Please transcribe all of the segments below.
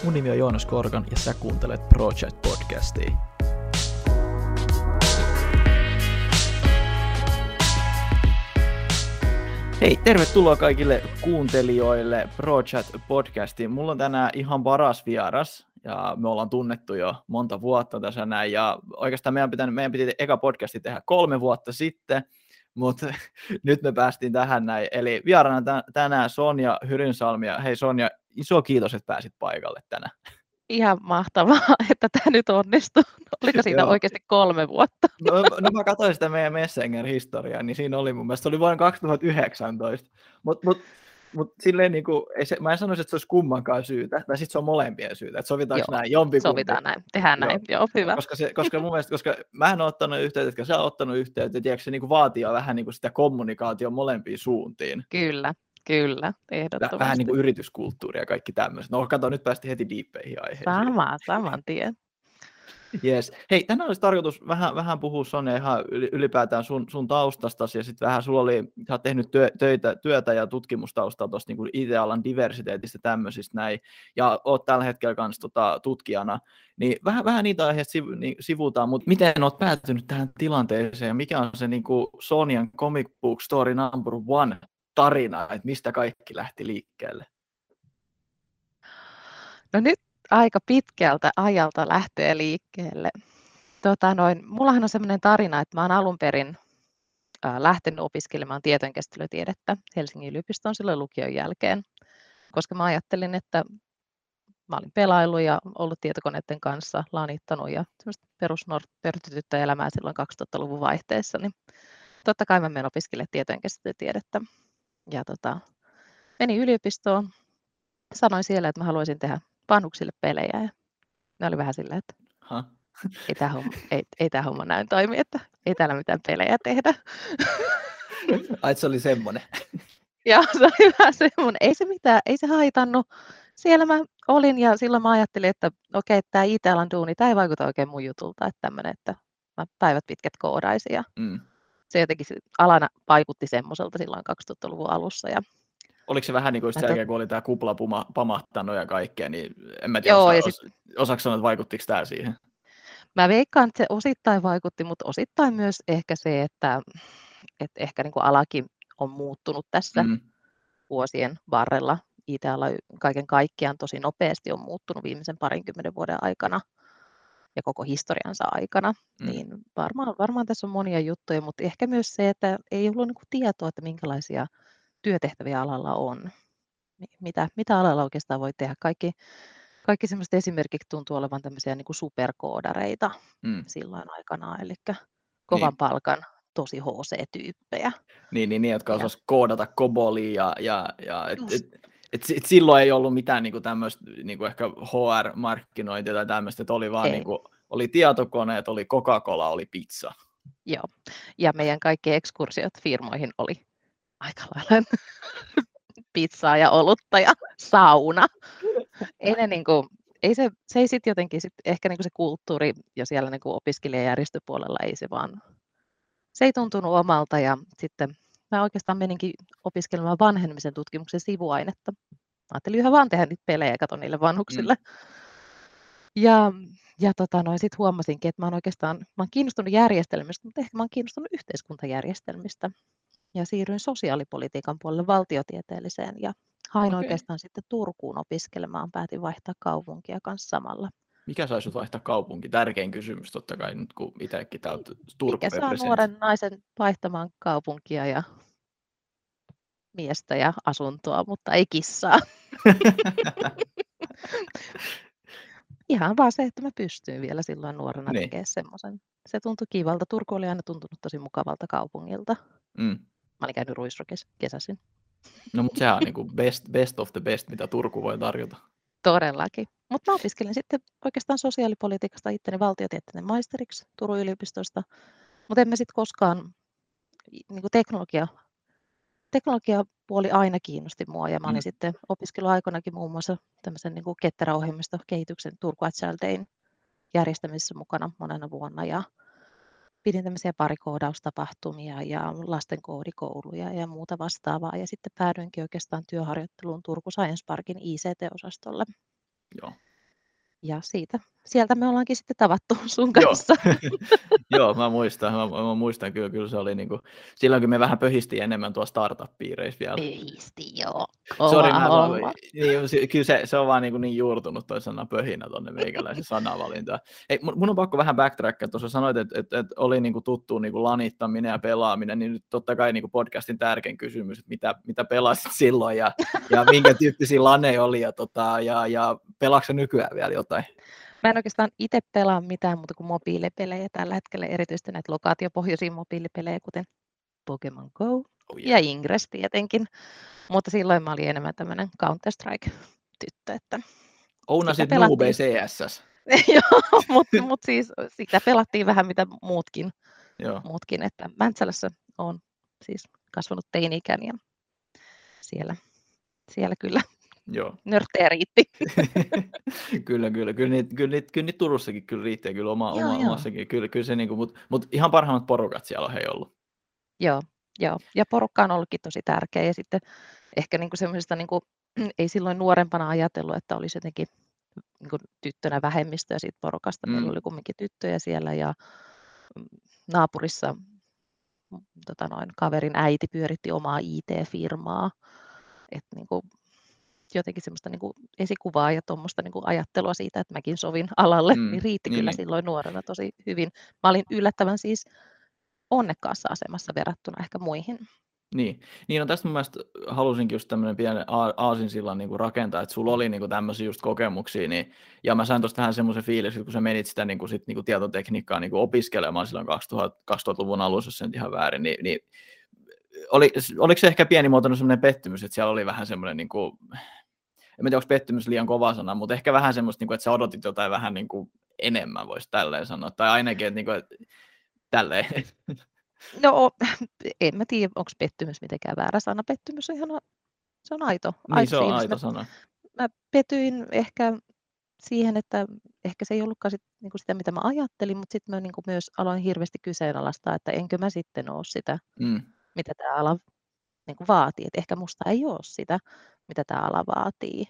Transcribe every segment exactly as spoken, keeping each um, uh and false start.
Mun nimi on Joonas Korkan ja sä kuuntelet ProChat-podcastia. Hei, tervetuloa kaikille kuuntelijoille ProChat-podcastiin. Mulla on tänään ihan paras vieras ja me ollaan tunnettu jo monta vuotta tässä näin. Ja oikeastaan meidän, pitänyt, meidän piti eka podcasti tehdä kolme vuotta sitten, mutta nyt me päästiin tähän näin. Eli vieraana tänään Sonja Hyrynsalmi. Hei Sonja, iso kiitos, että pääsit paikalle tänään. Ihan mahtavaa, että tämä nyt onnistui. Oliko siinä oikeasti kolme vuotta? No, no mä katsoin sitä meidän Messenger-historiaa, niin siinä oli mun mielestä, se oli vuonna kaksituhattayhdeksäntoista. Mutta mut, mut silleen niin kuin, ei se, mä en sanoisi, että se olisi kummankaan syytä, tai sitten se on molempien syytä, että sovitaanko Joo, näin, jompikumpi. Sovitaan näin, tehdään näin, joo, joo hyvä. Koska, se, koska mun mielestä, koska mä en ole ottanut yhteyttä, että sä oot ottanut yhteyttä, ja tiedätkö, se niin kuin vaatii vähän niin kuin sitä kommunikaatio molempiin suuntiin. Kyllä. Kyllä, ehdottomasti. Vähän niin kuin yrityskulttuuria ja kaikki tämmöiset. No kato, nyt päästiin heti diippeihin aiheisiin. Sama, saman tien. Yes. Hei, tänään olisi tarkoitus vähän, vähän puhua Sonja ihan ylipäätään sun, sun taustastasi ja sitten vähän sulla oli, sä oot tehnyt työ, töitä, työtä ja tutkimustaustaa tuosta niin I T-alan diversiteetistä tämmöisistä näin ja oot tällä hetkellä kanssa tota, tutkijana, niin vähän, vähän niitä aiheita siv, niin, sivutaan, mutta miten oot päätynyt tähän tilanteeseen ja mikä on se niin kuin Sonjan comic book story number one tarina, että mistä kaikki lähti liikkeelle? No nyt aika pitkältä ajalta lähtee liikkeelle. Tota noin, mullahan on sellainen tarina, että mä oon alun perin ää, lähtenyt opiskelemaan tietojenkäsittelytiedettä Helsingin yliopistoon silloin lukion jälkeen, koska mä ajattelin, että mä olin pelaillut ja ollut tietokoneiden kanssa, laanittanut ja semmoista perusnörttityttöelämää silloin kaksituhattaluvun vaihteessa, niin totta kai mä menen opiskelemaan tietojenkäsittelytiedettä. Ja tota, menin yliopistoon, sanoin siellä, että mä haluaisin tehdä vanhuksille pelejä. Ja ne oli vähän silleen, että huh? ei tämä homma, ei, ei tämä homma näin toimi, että ei täällä mitään pelejä tehdä. Ai, se oli semmoinen. Joo, se oli vähän semmoinen. Ei se mitään, ei se haitannut. Siellä mä olin ja silloin mä ajattelin, että okei, okay, tämä I T-alan duuni, tämä ei vaikuta oikein mun jutulta, että tämmöinen, että mä päivät pitkät koodaisin. Ja mm. se jotenkin alana vaikutti semmoiselta silloin kaksituhattaluvun alussa. Ja oliko se vähän niin kuin sen jälkeen, kun oli tämä kupla puma, pamahtanut ja kaikkea, niin en mä tiedä, Joo, osa, sit, osaako sanoa, että vaikuttiko tämä siihen? Mä veikkaan, että se osittain vaikutti, mutta osittain myös ehkä se, että, että ehkä niin kuin alakin on muuttunut tässä mm. vuosien varrella. I T-ala kaiken kaikkiaan tosi nopeasti on muuttunut viimeisen parinkymmenen vuoden aikana ja koko historiansa aikana. Mm. Niin varmaan, varmaan tässä on monia juttuja, mutta ehkä myös se, että ei ollut niin kuin tietoa, että minkälaisia työtehtäviä alalla on. Mitä, mitä alalla oikeastaan voi tehdä? Kaikki, kaikki sellaiset esimerkiksi tuntuu olevan tämmöisiä niin kuin superkoodareita mm. silloin aikanaan, eli kovan niin. palkan tosi H C-tyyppejä. Niin, niin, niin jotka osasivat koodata kobolia ja, ja, ja et, et, et, et silloin ei ollut mitään niin kuin tämmöistä niin kuin ehkä H R-markkinointia tai tämmöistä, että oli vaan niin kuin, oli tietokoneet, oli Coca-Cola, oli pizza. Joo, ja meidän kaikki ekskursiot firmoihin oli aika lailla pizzaa ja olutta ja sauna. Ei, ne niin kuin, ei se, se ei sitten jotenkin, sit ehkä niin kuin se kulttuuri ja siellä niin kuin opiskelijajärjestöpuolella ei se vaan, se ei tuntunut omalta ja sitten mä oikeastaan meninkin opiskelemaan vanhenemisen tutkimuksen sivuainetta. Mä ajattelin yhä vaan tehdä niitä pelejä ja katson niille vanhuksille. Mm. Ja, ja tota noin, sitten huomasinkin, että mä oon oikeastaan, mä oon kiinnostunut järjestelmistä, mutta ehkä mä oon kiinnostunut yhteiskuntajärjestelmistä. Ja siirryin sosiaalipolitiikan puolelle valtiotieteelliseen ja hain okay. oikeastaan sitten Turkuun opiskelemaan. Päätin vaihtaa kaupunkia kanssa samalla. Mikä sai sut vaihtaa kaupunki? Tärkein kysymys totta kai nyt, kun itsekin tää on Turku Mikä saa nuoren naisen vaihtamaan kaupunkia ja miestä ja asuntoa, mutta ei kissaa. Ihan vaan se, että mä pystyin vielä silloin nuorena niin. tekemään semmoisen. Se tuntui kivalta. Turku oli aina tuntunut tosi mukavalta kaupungilta. Mm. Mä olin käynyt Ruisro kesäsin. No mutta sehän on niin kuin best, best of the best, mitä Turku voi tarjota. Todellakin. Mutta mä opiskelin sitten oikeastaan sosiaalipolitiikasta itteni valtiotieteiden maisteriksi Turun yliopistosta. Mutta emme sitten koskaan, niin kuin teknologia, teknologiapuoli aina kiinnosti mua. Ja mä olin mm. sitten opiskeluaikoinakin muun muassa tämmöisen niin kuin ketteräohjelmistokehityksen Turku Agile Dayn järjestämisessä mukana monena vuonna. Ja pidin tämmöisiä parikoodaustapahtumia ja lasten koodikouluja ja muuta vastaavaa. Ja sitten päädyinkin oikeastaan työharjoitteluun Turku Science Parkin I C T-osastolle. Joo. Ja siitä, sieltä me ollaankin sitten tavattu sun Joo, kanssa. joo, mä muistan, mä, mä muistan kyllä, kyllä se oli niinku, silloinkin me vähän pöhistiin enemmän tuossa startup-piireissä vielä. Pöhisti, joo. Sori, Kova mä vaan, homma. niin, se- kyllä se, se on vaan niin, niin juurtunut toi sana pöhinä tonne meikäläisen sanavalintaan. Hei, mun mun on pakko vähän backtrackia, tuossa sanoit, että, että, että oli niin kuin tuttu niin kuin lanittaminen ja pelaaminen, niin nyt totta kai niin kuin podcastin tärkein kysymys, että mitä, mitä pelasit silloin ja, ja minkä tyyppisiä laneja oli ja, tota, ja, ja pelaatko nykyään vielä jotain? Mä en oikeastaan itse pelaa mitään muuta kuin mobiilipelejä tällä hetkellä, erityisesti näitä lokaatiopohjaisia mobiilipelejä, kuten Pokemon Go Oh ja yeah. Ingress tietenkin. Mutta silloin mä olin enemmän tämmöinen Counter-Strike-tyttö, että sitä Ounasit Nube pelattiin. C S S. Joo, mutta mut siis sitä pelattiin vähän mitä muutkin, Joo. muutkin että Mäntsälässä on siis kasvanut teini-ikään ja siellä, siellä kyllä Joo. nörttejä riitti. kyllä, kyllä. Kyllä niitä, kyllä, niitä, kyllä niitä Turussakin kyllä riittää, kyllä oma, Joo, oma, joo. omassakin. Kyllä, kyllä se, niinku, mutta mut ihan parhaimmat porukat siellä on hei ollut. Joo, joo. Ja porukka on ollutkin tosi tärkeä ja sitten ehkä niinku semmoisesta, niinku, ei silloin nuorempana ajatellut, että olisi jotenkin niinku tyttönä vähemmistöä siitä porukasta. Meillä Mm. oli kumminkin tyttöjä siellä ja mm, naapurissa mm, tota noin, kaverin äiti pyöritti omaa I T-firmaa. Et niinku, jotenkin semmoista niinku esikuvaa ja tuommoista niinku ajattelua siitä, että mäkin sovin alalle, Mm. niin riitti Niin, kyllä niin. silloin nuorena tosi hyvin. Mä olin yllättävän siis onnekkaassa asemassa verrattuna ehkä muihin. Niin, niin no tästä mun mielestä halusinkin just tämmöinen pienen aa- aasinsillan niin kuin rakentaa, että sulla oli niin kuin tämmöisiä just kokemuksia, niin, ja mä sain tuosta vähän semmoisen fiiliksen, kun sä menit sitä niin kuin, sit, niin kuin tietotekniikkaa niin kuin opiskelemaan silloin kaksituhatta, kaksituhattaluvun alussa, jos en ihan väärin, niin, niin oli, oliko se ehkä pienimuotoinen semmoinen pettymys, että siellä oli vähän semmoinen, niin kuin, en tiedä, onko pettymys liian kova sana, mutta ehkä vähän semmoista, niin kuin, että sä odotit jotain vähän niin kuin enemmän, voisi tälleen sanoa, tai ainakin, että, niin kuin, että tälleen. No, en mä tiedä, onko pettymys mitenkään väärä sana. Pettymys on ihan, se on aito, Niin, aito se on fiilis. Mä, aito sana. mä petyin ehkä siihen, että ehkä se ei ollutkaan sit, niinku sitä, mitä mä ajattelin, mutta sitten mä niinku myös aloin hirveästi kyseenalaistaa, että enkö mä sitten ole sitä, Mm. mitä tämä ala niinku vaatii. Et ehkä musta ei ole sitä, mitä tämä ala vaatii.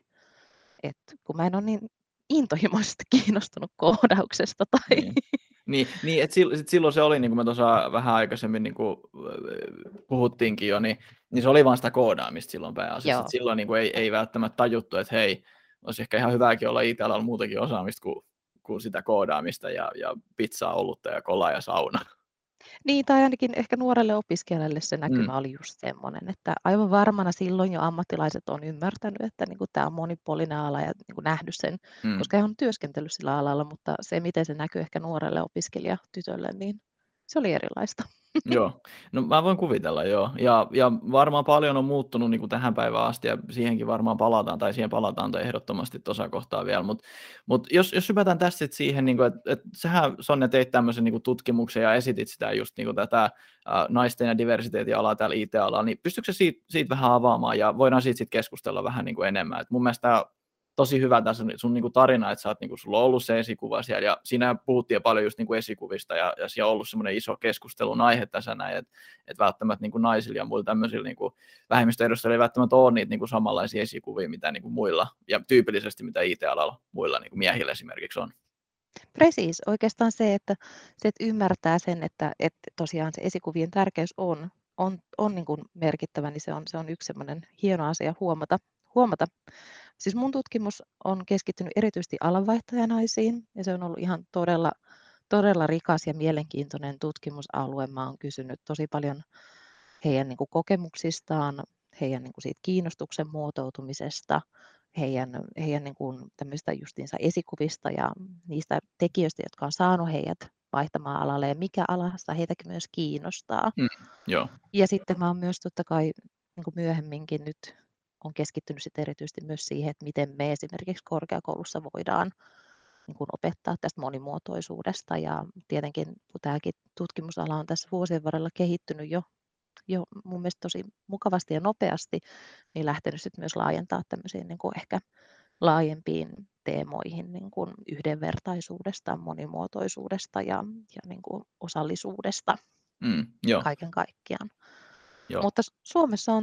Et kun mä en ole niin intohimoisesti kiinnostunut koodauksesta tai Niin, niin, niin että silloin, silloin se oli, niin kuin me tuossa vähän aikaisemmin niin kuin puhuttiinkin jo, niin, niin se oli vaan sitä koodaamista silloin pääasiassa. Että silloin niin kuin ei, ei välttämättä tajuttu, että hei, olisi ehkä ihan hyväkin olla I T-alalla muutakin osaamista kuin, kuin sitä koodaamista ja, ja pizzaa, olutta ja kolaa ja sauna. Niin, tai ainakin ehkä nuorelle opiskelijalle se näkymä Mm. oli just semmoinen, että aivan varmana silloin jo ammattilaiset on ymmärtänyt, että niin kuin tämä on monipuolinen ala ja niin kuin nähnyt sen, Mm. koska he on työskennellyt sillä alalla, mutta se, miten se näkyy ehkä nuorelle opiskelijatytölle, niin se oli erilaista. Joo, no mä voin kuvitella, joo. Ja, ja varmaan paljon on muuttunut niin kuin tähän päivään asti, ja siihenkin varmaan palataan, tai siihen palataan tai ehdottomasti tuossa kohtaa vielä. Mutta mut jos, jos hypätään tässä sit siihen, niin että et sähän Sonja teit tämmöisen niin kuin tutkimuksen ja esitit sitä just niin kuin tätä ä, naisten ja diversiteetin alaa täällä I T-alalla, niin pystytkö siitä, siitä vähän avaamaan, ja voidaan siitä sit keskustella vähän niin kuin enemmän. Et mun mielestä tämä tosi hyvä tässä sun, sun niinku tarina, että sä oot, niinku, sulla on ollut se esikuva siellä, ja siinä puhuttiin paljon just niinku esikuvista, ja, ja siellä on ollut semmoinen iso keskustelun aihe tässä näin, että et välttämättä niinku naisilla ja muilla tämmöisillä niinku, vähemmistöedustajilla ei välttämättä ole niitä niinku, samanlaisia esikuvia, mitä niinku, muilla, ja tyypillisesti mitä I T-alalla muilla niinku, miehillä esimerkiksi on. Precis, oikeastaan se, että se että ymmärtää sen, että, että tosiaan se esikuvien tärkeys on, on, on niin kuin merkittävä, niin se on, se on yksi semmoinen hieno asia huomata. huomata. Siis mun tutkimus on keskittynyt erityisesti alanvaihtajanaisiin ja se on ollut ihan todella, todella rikas ja mielenkiintoinen tutkimusalue. Mä oon kysynyt tosi paljon heidän niin kuin kokemuksistaan, heidän niin kuin siitä kiinnostuksen muotoutumisesta, heidän, heidän niin kuin tämmöistä justiinsa esikuvista ja niistä tekijöistä, jotka on saanut heidät vaihtamaan alalle ja mikä alasta heitäkin myös kiinnostaa. Mm, joo. Ja sitten mä oon myös totta kai niin kuin myöhemminkin nyt on keskittynyt sit erityisesti myös siihen, että miten me esimerkiksi korkeakoulussa voidaan niin kuin opettaa tästä monimuotoisuudesta. Ja tietenkin kun tämäkin tutkimusala on tässä vuosien varrella kehittynyt jo, jo mun mielestä tosi mukavasti ja nopeasti, niin lähtenyt sitten myös laajentaa tämmöisiin niin kuin ehkä laajempiin teemoihin niin kuin yhdenvertaisuudesta, monimuotoisuudesta ja, ja niin kuin osallisuudesta Mm, joo. kaiken kaikkiaan. Joo. Mutta Suomessa on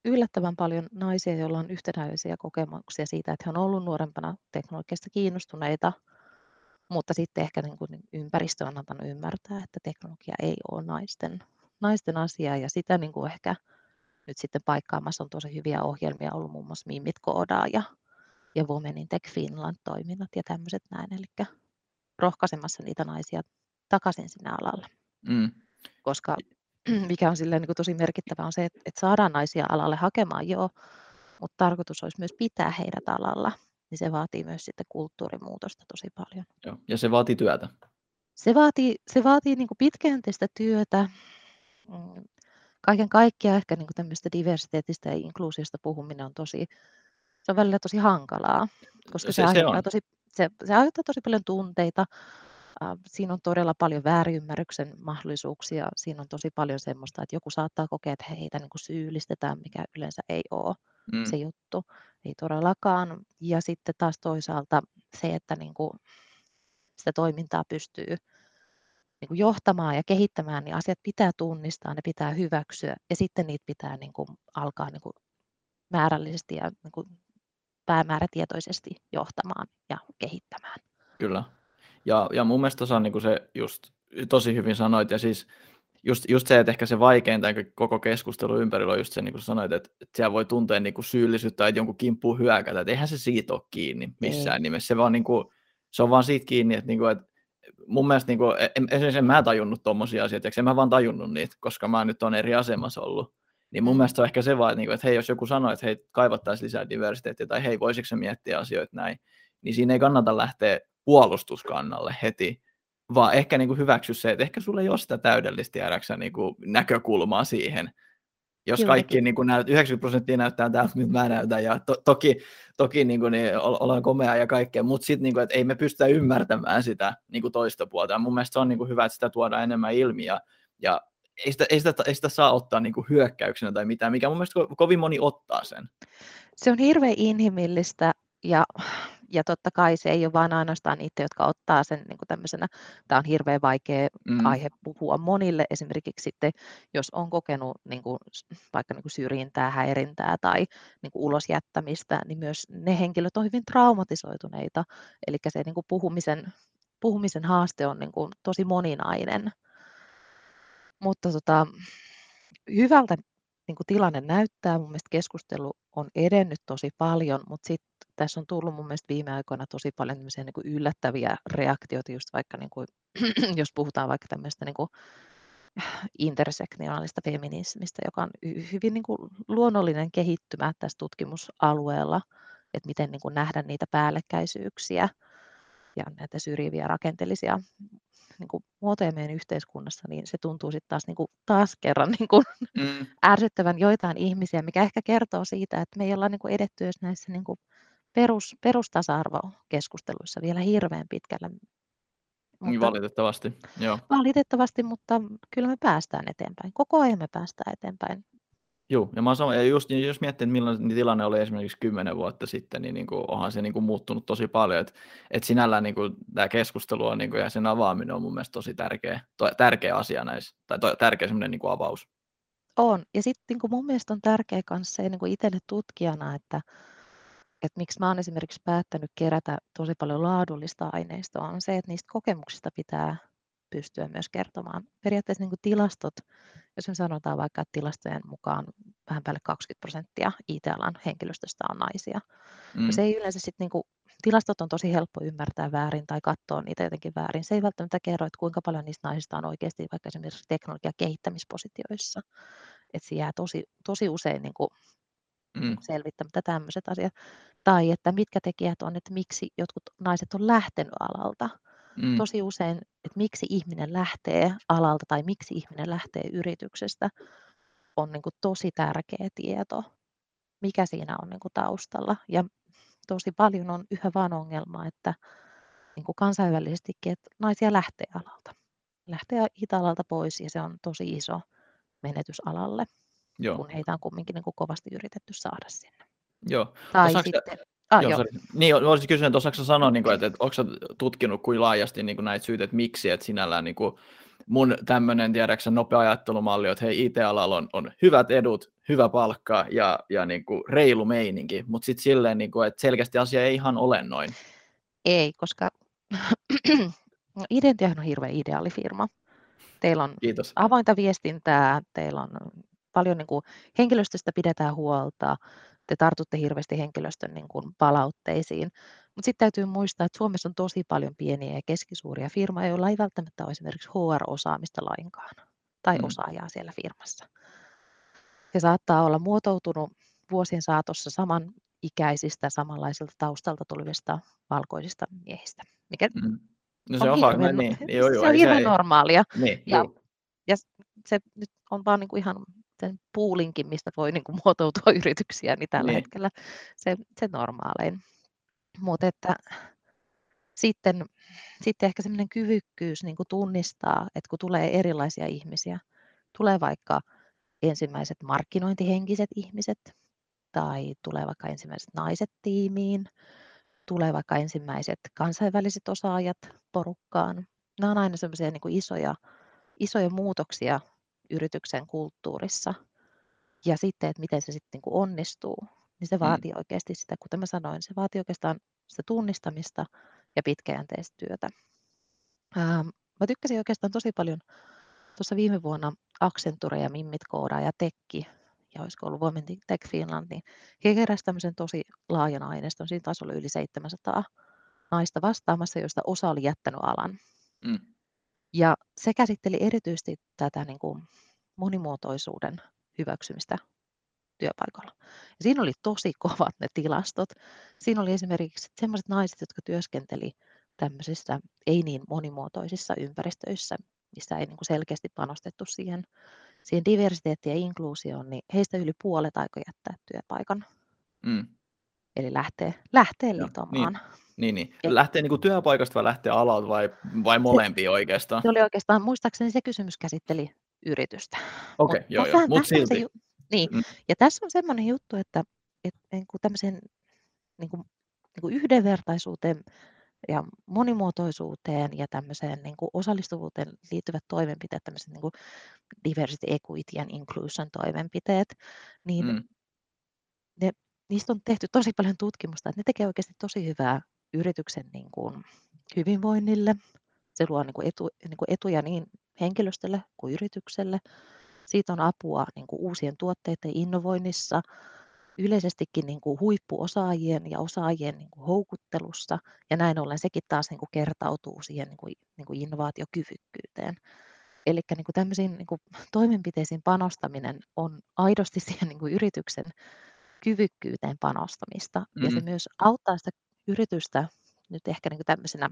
yllättävän paljon naisia, joilla on yhtenäisiä kokemuksia siitä, että he on ollut nuorempana teknologiasta kiinnostuneita, mutta sitten ehkä niin kuin ympäristö on antanut ymmärtää, että teknologia ei ole naisten, naisten asia, ja sitä niin kuin ehkä nyt sitten paikkaamassa on tosi hyviä ohjelmia ollut, muun muassa Mimit koodaa ja, ja Women in Tech Finland-toiminnat ja tämmöiset näin, eli rohkaisemassa niitä naisia takaisin sinne alalle. Mm. Koska mikä on silleen niin kuin tosi merkittävää on se, että, että saadaan naisia alalle hakemaan, joo, mutta tarkoitus olisi myös pitää heidät alalla, niin se vaatii myös sitten kulttuurimuutosta tosi paljon. Joo. Ja se vaatii työtä. Se vaatii, se vaatii niin kuin pitkäjänteistä työtä. Kaiken kaikkiaan ehkä niin kuin tämmöistä diversiteetistä ja inkluusiosta puhuminen on tosi, se on välillä tosi hankalaa, koska se, se, se, aiheuttaa, on. tosi, se, se aiheuttaa tosi paljon tunteita. Siinä on todella paljon väärinymmärryksen mahdollisuuksia. Siinä on tosi paljon semmoista, että joku saattaa kokea, että heitä niin kuin syyllistetään, mikä yleensä ei ole mm. se juttu. Ei todellakaan. Ja sitten taas toisaalta se, että niin kuin sitä toimintaa pystyy niin kuin johtamaan ja kehittämään, niin asiat pitää tunnistaa, ne pitää hyväksyä ja sitten niitä pitää niin kuin alkaa niin kuin määrällisesti ja niin kuin päämäärätietoisesti johtamaan ja kehittämään. Kyllä. Ja, ja mun mielestä tuossa on niin kuin se just tosi hyvin sanoit, ja siis just, just se, että ehkä se vaikein tämän koko keskustelun ympärillä on just se, niin kuin sanoit, että, että siellä voi tuntea niin kuin syyllisyyttä, että jonkun kimppuun hyökätä, että eihän se siitä ole kiinni missään Ei. nimessä. Se, vaan, niin kuin, se on vaan siitä kiinni, että, niin kuin, että mun mielestä niin kuin, esimerkiksi en mä tajunnut tommosia asioita, en mä vaan tajunnut niitä, koska mä nyt on eri asemassa ollut. Niin mun mm. mielestä on ehkä se vaan, että hei, jos joku sanoo, että hei, kaivattaisiin lisää diversiteettiä, tai hei, voisiko se miettiä asioita näin, niin siinä ei kannata lähteä puolustuskannalle heti, vaan ehkä niin kuin hyväksy se, että ehkä sulla ei ole sitä täydellistä jäädäksä niin kuin näkökulmaa siihen. Jos Kyllä, kaikki niin kuin näyt, yhdeksänkymmentä prosenttia näyttää täältä, mitä mä näytän, ja to, toki, toki niin kuin, niin, ollaan komea ja kaikkea, mutta sitten, niin kuin, että ei me pystytä ymmärtämään sitä niin kuin toista puolta. Ja mun mielestä se on niin kuin hyvä, että sitä tuodaan enemmän ilmi, ja, ja ei, sitä, ei, sitä, ei sitä saa ottaa niin kuin hyökkäyksenä tai mitään, mikä mun mielestä ko- kovin moni ottaa sen. Se on hirveän inhimillistä, ja, ja totta kai se ei ole vaan ainoastaan niitä, jotka ottaa sen niin kuin tämmöisenä. Tämä on hirveän vaikea mm. aihe puhua monille, esimerkiksi sitten, jos on kokenut niin kuin, vaikka niin kuin syrjintää, häirintää tai niin kuin ulosjättämistä, niin myös ne henkilöt on hyvin traumatisoituneita, eli se niin kuin puhumisen, puhumisen haaste on niin kuin tosi moninainen. Mutta tota, hyvältä niin kuin tilanne näyttää, mun mielestä keskustelu on edennyt tosi paljon, mutta sitten tässä on tullut mun mielestä viime aikoina tosi paljon niin kuin yllättäviä reaktioita, just vaikka niin kuin, jos puhutaan vaikka tämmöistä niin kuin intersektionaalista feminismistä, joka on hyvin niin kuin luonnollinen kehittymä tässä tutkimusalueella, että miten niin kuin nähdä niitä päällekkäisyyksiä ja näitä syrjiviä rakenteellisia niin kuin muotoja meidän yhteiskunnassa, niin se tuntuu sitten taas, niin kuin, taas kerran niin kuin mm. ärsyttävän joitain ihmisiä, mikä ehkä kertoo siitä, että me ei olla niin kuin edetty edes näissä niin kuin perus, perustasa-arvokeskusteluissa vielä hirveän pitkällä. Mutta, valitettavasti, joo. Valitettavasti, mutta kyllä me päästään eteenpäin. Koko ajan me päästään eteenpäin. Joo, ja, mä sanon, ja just, jos miettii, että millainen tilanne oli esimerkiksi kymmenen vuotta sitten, niin, niin kuin, onhan se niin kuin, muuttunut tosi paljon, että et sinällään niin kuin, tämä keskustelu on, niin kuin, ja sen avaaminen on mun mielestä tosi tärkeä, to, tärkeä asia näissä, tai to, tärkeä semmoinen niin kuin avaus. On, ja sitten niin kuin mun mielestä on tärkeä myös se niin kuin itselle tutkijana, että, että miksi mä oon esimerkiksi päättänyt kerätä tosi paljon laadullista aineistoa, on se, että niistä kokemuksista pitää pystyä myös kertomaan. Periaatteessa niin kuin tilastot, jos me sanotaan vaikka, että tilastojen mukaan vähän päälle kaksikymmentä prosenttia I T-alan henkilöstöstä on naisia. Mm. No se ei yleensä sitten, niin kuin, tilastot on tosi helppo ymmärtää väärin tai katsoa niitä jotenkin väärin. Se ei välttämättä kerro, että kuinka paljon niistä naisista on oikeasti vaikka esimerkiksi teknologian kehittämispositioissa. Että se jää tosi, tosi usein niin kuin, mm. selvittämättä tämmöiset asiat. Tai että mitkä tekijät on, että miksi jotkut naiset on lähtenyt alalta. Mm. Tosi usein, että miksi ihminen lähtee alalta tai miksi ihminen lähtee yrityksestä, on niin kuin tosi tärkeä tieto, mikä siinä on niin kuin taustalla. Ja tosi paljon on yhä vaan ongelma, että niin kuin kansainvälisestikin, että naisia lähtee alalta. Lähtee Itä-alalta pois ja se on tosi iso menetys alalle, Joo. kun heitä on kumminkin niin kuin kovasti yritetty saada sinne. Joo. Tai Osaatko sitten... Ah, joo, niin, olisin kysynyt, että osaatko sanoa, niin kuin, että, että onko sä tutkinut kuin laajasti niin kuin näitä syitä, että miksi, että sinällään niin kuin, mun tämmöinen, tiedäksä, nopea ajattelumalli, että hei, I T-alalla on, on hyvät edut, hyvä palkka ja, ja niin kuin reilu meininki, mutta sitten silleen, niin kuin, että selkeästi asia ei ihan ole noin. Ei, koska Identiahan on hirveän ideaali firma. Teillä on Kiitos. avointa viestintää, teillä on paljon niin kuin, henkilöstöstä pidetään huolta, te tartutte hirveästi henkilöstön niin kuin, palautteisiin. Mutta sitten täytyy muistaa, että Suomessa on tosi paljon pieniä ja keskisuuria firmoja, joilla ei välttämättä ole esimerkiksi H R-osaamista lainkaan tai Mm. osaajaa siellä firmassa. Se saattaa olla muotoutunut vuosien saatossa samanikäisistä, samanlaiselta taustalta tulevista valkoisista miehistä, mikä Mm. No on se on hirveän, varmaan niin. Joo, joo, se on ei se hirveän ei. normaalia. Niin, Ja, joo. ja se nyt on vaan niin kuin ihan sen poolinkin, mistä voi niin kuin muotoutua yrityksiä, niin tällä Niin. hetkellä se, se normaalein. Mutta että sitten, sitten ehkä semmoinen kyvykkyys niin kuin tunnistaa, että kun tulee erilaisia ihmisiä, tulee vaikka ensimmäiset markkinointihenkiset ihmiset, tai tulee vaikka ensimmäiset naiset tiimiin, tulee vaikka ensimmäiset kansainväliset osaajat porukkaan. Nämä on aina semmoisia niin kuin isoja, isoja muutoksia yrityksen kulttuurissa. Ja sitten, että miten se sitten niin kuin onnistuu, niin se vaatii mm. oikeasti sitä, kuten mä sanoin, se vaatii oikeastaan sitä tunnistamista ja pitkäjänteistä työtä. Ähm, mä tykkäsin oikeastaan tosi paljon tuossa viime vuonna Accenture ja Mimmit Koodaa ja Tekki, ja olisiko ollut Women Tech Finland, niin he keräsivät tämmöisen tosi laajan aineiston. Siinä taisi olla yli seitsemänsataa naista vastaamassa, joista osa oli jättänyt alan. Mm. Ja se käsitteli erityisesti tätä niin kuin monimuotoisuuden hyväksymistä työpaikalla. Ja siinä oli tosi kovat ne tilastot. Siinä oli esimerkiksi sellaiset naiset, jotka työskenteli tämmöisissä ei niin monimuotoisissa ympäristöissä, missä ei niin kuin selkeästi panostettu siihen, siihen diversiteettiin ja inkluusioon, niin heistä yli puolet aikoi jättää työpaikan. Mm. Eli lähtee, lähtee litomaan. Niin, niin, niin. Lähtee niin kuin työpaikasta vai lähtee alalta vai, vai molempia se, oikeastaan? Se oli oikeastaan, muistaakseni se kysymys käsitteli yritystä. Okei, okay, joo, joo, mutta silti. Ju- niin. Mm. Ja tässä on semmoinen juttu, että, että niin kuin tämmöisen niin kuin, niin kuin yhdenvertaisuuteen ja monimuotoisuuteen ja tämmöiseen niin kuin osallistuvuuteen liittyvät toimenpiteet, tämmöiset niin kuin diversity, equity and inclusion toimenpiteet, niin mm. ne, niistä on tehty tosi paljon tutkimusta, että ne tekee oikeasti tosi hyvää yrityksen niin kuin hyvinvoinnille. Se luo niin kuin etu, niin kuin etuja niin henkilöstölle kuin yritykselle. Siitä on apua niin kuin uusien tuotteiden innovoinnissa, yleisestikin niin kuin huippuosaajien ja osaajien niin kuin houkuttelussa, ja näin ollen sekin taas niin kuin kertautuu siihen niin kuin, niin kuin innovaatiokyvykkyyteen. Eli niin kuin tämmöisiin niin kuin toimenpiteisiin panostaminen on aidosti siihen niin kuin yrityksen kyvykkyyteen panostamista, mm-hmm. ja se myös auttaa sitä yritystä nyt ehkä niin kuin tämmöisenä,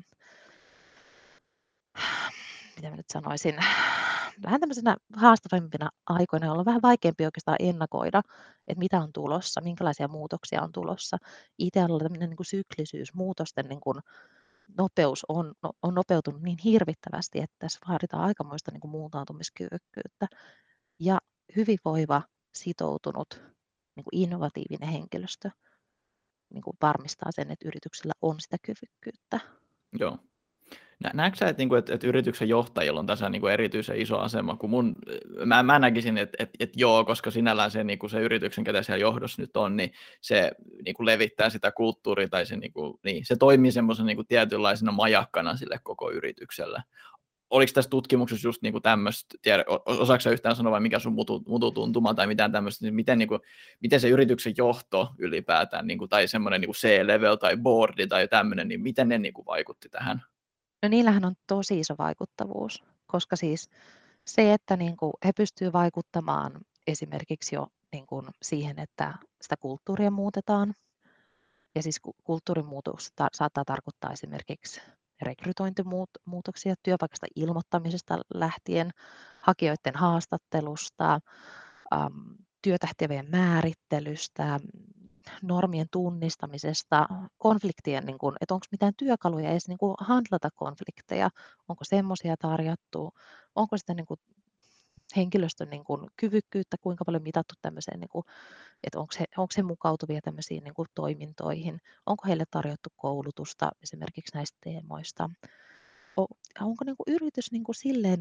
mitä mä nyt sanoisin, vähän tämmöisenä haastavampina aikoina, jolloin on vähän vaikeampi oikeastaan ennakoida, että mitä on tulossa, minkälaisia muutoksia on tulossa. I T-alalla tämmöinen niin kuin syklisyys, muutosten niin kuin nopeus on, on nopeutunut niin hirvittävästi, että tässä vaaditaan aikamoista niin kuin muuntautumiskyvykkyyttä. Ja hyvinvoiva, sitoutunut, niin kuin innovatiivinen henkilöstö niin kuin varmistaa sen, että yrityksillä on sitä kyvykkyyttä. Joo. Näetkö sä, että, että, että yrityksen johtajilla on tässä niin kuin erityisen iso asema, kun mun, mä, mä näkisin, että, että, että joo, koska sinällään se, niin kuin se yrityksen, ketä siellä johdossa nyt on, niin se niin kuin levittää sitä kulttuuria, tai se, niin kuin, niin, se toimii semmoisen niin kuin tietynlaisena majakkana sille koko yritykselle. Oliko tässä tutkimuksessa just niin kuin tämmöistä, tiedä, osaatko sä yhtään sanoa vai mikä sun mutu, mututuntuma tai mitään tämmöistä, niin miten, niin kuin, miten se yrityksen johto ylipäätään, niin kuin, tai semmoinen niin kuin C-level tai boardi tai tämmöinen, niin miten ne niin kuin vaikutti tähän? No niillähän on tosi iso vaikuttavuus, koska siis se, että niin kuin he pystyvät vaikuttamaan esimerkiksi jo niin kuin siihen, että sitä kulttuuria muutetaan, ja siis kulttuurimuutos ta- saattaa tarkoittaa esimerkiksi rekrytointimuutoksia työpaikasta ilmoittamisesta lähtien, hakijoiden haastattelusta, äm, työtehtävien määrittelystä, normien tunnistamisesta, konfliktien, niin kuin, että onko mitään työkaluja edes niin kuin handlata konflikteja, onko semmoisia tarjottu, onko sitä niin kuin henkilöstön niin kuin kyvykkyyttä, kuinka paljon mitattu tämmöiseen, niin kuin, että onko he, onko he mukautuvia tämmöisiin niin kuin toimintoihin, onko heille tarjottu koulutusta esimerkiksi näistä teemoista, onko niin kuin yritys niin kuin silleen niin kuin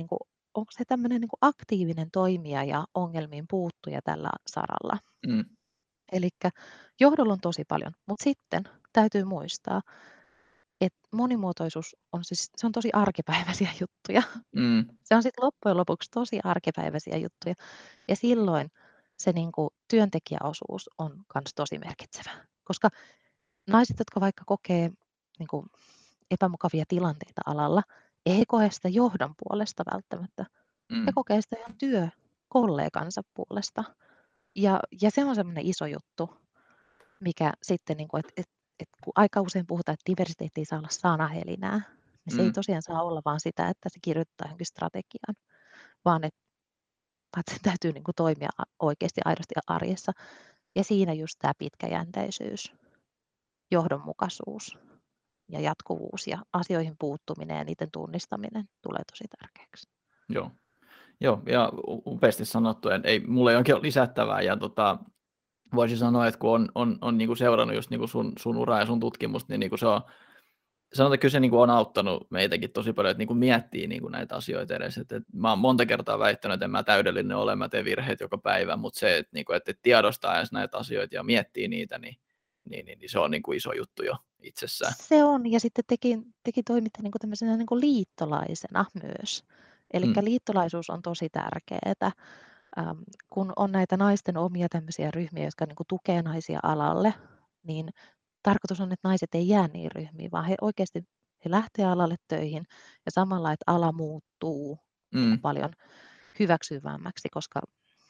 onko se tämmöinen niin kuin aktiivinen toimija ja ongelmiin puuttuja tällä saralla. Mm. Eli johdolla on tosi paljon, mutta sitten täytyy muistaa, että monimuotoisuus on siis se on tosi arkipäiväisiä juttuja. Mm. Se on sitten loppujen lopuksi tosi arkipäiväisiä juttuja. Ja silloin se niin kuin työntekijäosuus on myös tosi merkitsevä. Koska naiset, jotka vaikka kokee niin kuin epämukavia tilanteita alalla, ei koe sitä johdon puolesta välttämättä. Mm. He kokee sitä ihan työkollegansa puolesta. Ja, ja se on semmoinen iso juttu, mikä sitten, niin kuin, että, että, että kun aika usein puhutaan, että diversiteetti ei saa olla sanahelinää, niin se ei Mm. tosiaan saa olla vaan sitä, että se kirjoittaa johonkin strategiaan, vaan että, että se täytyy niin kuin toimia oikeasti aidosti arjessa. Ja siinä just tämä pitkäjänteisyys, johdonmukaisuus ja jatkuvuus ja asioihin puuttuminen ja niiden tunnistaminen tulee tosi tärkeäksi. Joo. Joo, ja u- upeasti sanottu, että ei, mulla ei oikein ole lisättävää, ja tota, voisin sanoa, että kun on, on, on niin kuin seurannut just niin kuin sun, sun uraa ja sun tutkimusta, niin, niin kuin se on, sanotaan, että kyllä se niin kuin on auttanut meitäkin tosi paljon, että niin kuin miettii niin kuin näitä asioita edes. Että, että mä oon monta kertaa väittänyt, että en mä täydellinen ole, mä teen virheet joka päivä, mutta se, että, niin kuin, että tiedostaa edes näitä asioita ja miettii niitä, niin, niin, niin, niin se on niin kuin iso juttu jo itsessään. Se on, ja sitten tekin, tekin toimitte niin kuin tämmöisenä niin kuin liittolaisena myös. Eli Mm. liittolaisuus on tosi tärkeää, ähm, kun on näitä naisten omia tämmöisiä ryhmiä, jotka niin kuin tukee naisia alalle, niin tarkoitus on, että naiset ei jää niihin ryhmiin, vaan he oikeasti he lähtee alalle töihin ja samalla, että ala muuttuu Mm. niin kuin paljon hyväksyvämmäksi, koska,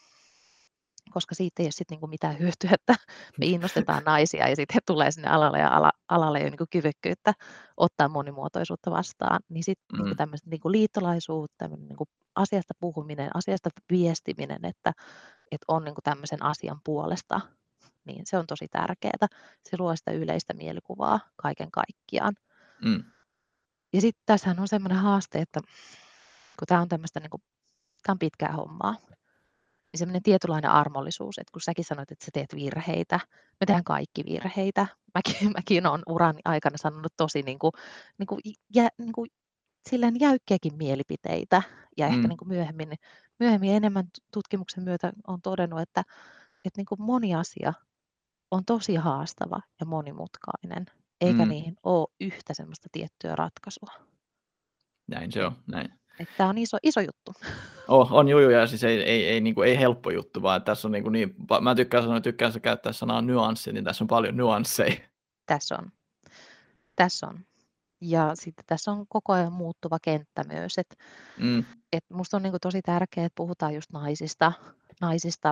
koska siitä ei ole sit niin kuin mitään hyötyä, että me innostetaan naisia ja sitten he tulee sinne alalle ja ala, alalle ei ole niin kuin kyvykkyyttä ottaa monimuotoisuutta vastaan, niin sitten Mm. niin tämmöiset niin kuin liittolaisuus, tämmöinen niin kuin asiasta puhuminen, asiasta viestiminen, että, että on niin kuin tämmöisen asian puolesta, niin se on tosi tärkeää. Se luo sitä yleistä mielikuvaa kaiken kaikkiaan. Mm. Ja sitten tässähän on semmoinen haaste, että kun tämä on tämmöistä, niin kuin, tämä on pitkää hommaa, niin semmoinen tietynlainen armollisuus, että kun säkin sanoit, että sä teet virheitä, me tehdään kaikki virheitä. Mäkin, mäkin olen uran aikana sanonut tosi niin kuin, niin kuin, jä, niin kuin, silleen jäykkiäkin mielipiteitä, ja ehkä Mm. niin kuin myöhemmin, myöhemmin enemmän tutkimuksen myötä on todennut, että, että niin kuin moni asia on tosi haastava ja monimutkainen, eikä Mm. niihin ole yhtä semmoista tiettyä ratkaisua. Näin se on, näin. Tämä on iso, iso juttu. Oh, on juu, ja siis ei, ei, ei, niin kuin, ei helppo juttu, vaan tässä on niin, kuin niin mä tykkään sanoa, tykkään se käyttää sanaa nyanssi, niin tässä on paljon nyansseja. Tässä on. Tässä on. Ja sitten tässä on koko ajan muuttuva kenttä myös. Et, Mm. et musta on niinku tosi tärkeää, että puhutaan just naisista, naisista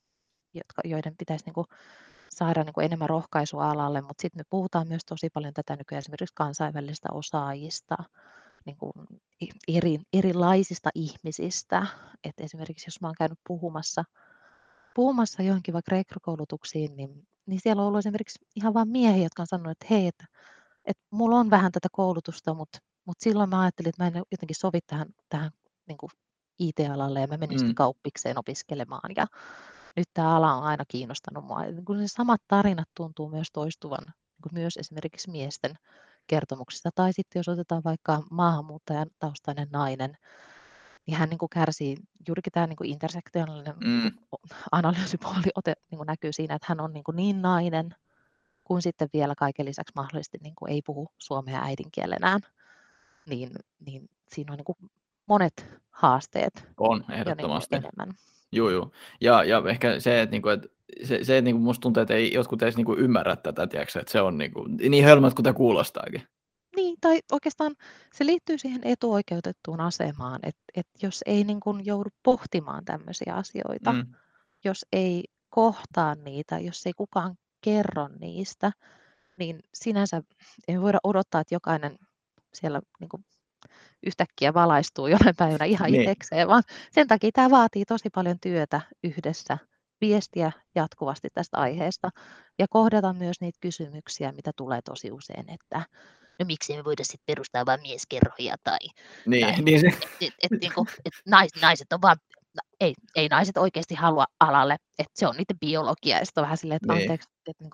jotka, joiden pitäisi niinku saada niinku enemmän rohkaisua alalle, mutta sitten me puhutaan myös tosi paljon tätä nykyään esimerkiksi kansainvälisistä osaajista, niinku eri, erilaisista ihmisistä. Et esimerkiksi jos mä oon käynyt puhumassa, puhumassa johonkin vaikka rekrykoulutuksiin, niin, niin siellä on ollut esimerkiksi ihan vain miehiä, jotka on sanonut, että hei, että että mulla on vähän tätä koulutusta, mutta, mutta silloin mä ajattelin, että mä en jotenkin sovi tähän, tähän niin kuin I T-alalle ja mä menin sitten Mm. kauppikseen opiskelemaan ja nyt tämä ala on aina kiinnostanut mua. Kun ne samat tarinat tuntuu myös toistuvan niin kuin myös esimerkiksi miesten kertomuksista tai sitten jos otetaan vaikka maahanmuuttajan taustainen nainen, niin hän niin kuin kärsii, juurikin tämä niin kuin intersektionaalinen Mm. niin kuin analyysipuoli ote, niin kuin näkyy siinä, että hän on niin, kuin niin nainen, kun sitten vielä kaiken lisäksi mahdollisesti niin kuin ei puhu suomea äidinkielenään, niin, niin siinä on niin kuin monet haasteet On, jo niin kuin ehdottomasti. enemmän. Joo, joo. Ja, ja ehkä se, että, niinku, että se, se että niinku musta tuntuu, että ei jotkut edes niinku ymmärrä tätä, tiedätkö, että se on niinku, niin hölmät kuin tämä kuulostaakin. Niin, tai oikeastaan se liittyy siihen etuoikeutettuun asemaan, että, että jos ei niin kuin joudu pohtimaan tämmöisiä asioita, Mm. jos ei kohtaa niitä, jos ei kukaan kerro niistä, niin sinänsä ei voida odottaa, että jokainen siellä niin kuin yhtäkkiä valaistuu jonain päivänä ihan Niin. itsekseen, vaan sen takia tämä vaatii tosi paljon työtä yhdessä, viestiä jatkuvasti tästä aiheesta ja kohdata myös niitä kysymyksiä, mitä tulee tosi usein, että no miksi me voida sitten perustaa vain mieskerhoja tai, Niin, tai niin se. et, et, et, niinku, et nais, naiset on vaan, ei, ei naiset oikeasti halua alalle, että se on niiden biologia ja sitten on vähän silleen, että Niin. anteeksi, että niinku,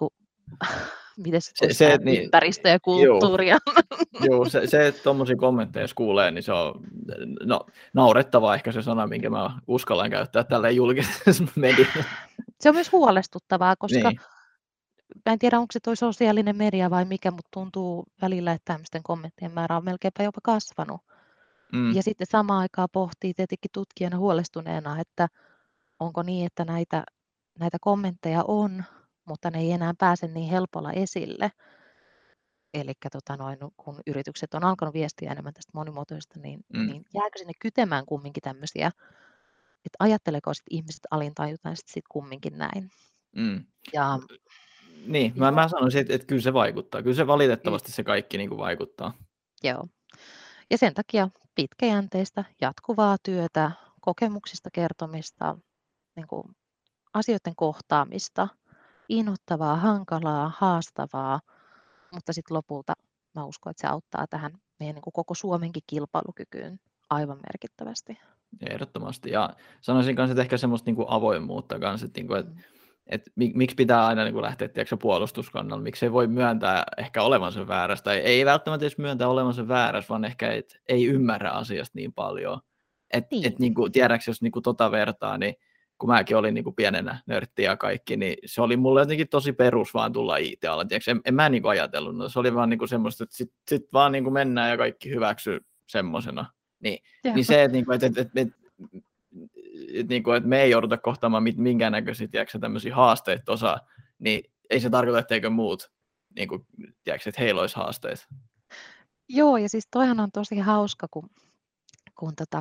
miten se Se, voisi se sanoa, et niin, ympäristö ja joo, kulttuuria. joo, se, se että tuommoisia kommentteja jos kuulee, niin se on no, naurettavaa ehkä se sana, minkä mä uskallan käyttää tälleen julkisessa mediassa. Se on myös huolestuttavaa, koska Niin, mä en tiedä, onko se toi sosiaalinen media vai mikä, mutta tuntuu välillä, että tämmöisten kommenttien määrä on melkeinpä jopa kasvanut. mm, Ja sitten samaan aikaan pohtii tietenkin tutkijana huolestuneena, että onko niin, että näitä, näitä kommentteja on, mutta ne ei enää pääse niin helpolla esille. Eli tota noin, kun yritykset on alkanut viestiä enemmän tästä monimuotoisesta, niin, mm, niin jääkö sinne kytemään kumminkin tämmöisiä, että ajatteleeko sit ihmiset alintajutaan sitten sit kumminkin näin. mm. Ja, Niin, mä, mä sanoisin, että, että kyllä se vaikuttaa. Kyllä se valitettavasti se kaikki niin kuin vaikuttaa. joo. Ja sen takia pitkäjänteistä, jatkuvaa työtä, kokemuksista kertomista, niin kuin asioiden kohtaamista, inhottavaa, hankalaa, haastavaa, mutta sitten lopulta mä uskon, että se auttaa tähän meidän niin kuin koko Suomenkin kilpailukykyyn aivan merkittävästi. Ehdottomasti. Ja sanoisin kanssa, että ehkä semmoista niin kuin avoimuutta kanssa, että, niin kuin, että, Mm. että miksi pitää aina niin kuin lähteä tiedätkö, puolustuskannalla, miksi ei voi myöntää ehkä olevansa väärässä, tai ei välttämättä edes myöntää olevansa väärässä, vaan ehkä et, ei ymmärrä asiasta niin paljon. Että Niin. et, niin kuin, tiedätkö, jos niin kuin, tota vertaa, niin kun mäkin olin niin kuin pienenä nörtti ja kaikki, niin se oli mulle jotenkin tosi perus vaan tulla I T-alalle. En, en mä niin kuin ajatellut, no, se oli vaan niin kuin semmoista, että sitten sit vaan niin kuin mennään ja kaikki hyväksyy semmoisena. Niin, niin se, että, niin kuin, että, että, että, että, että, niin kuin, että me ei jouduta kohtaamaan minkäännäköisiä tiedätkö, tämmöisiä haasteita tuossa, niin ei se tarkoita, etteikö muut, niin kuin, tiedätkö, että heillä olisi haasteita. Joo, ja siis toihan on tosi hauska, kun, kun, tota,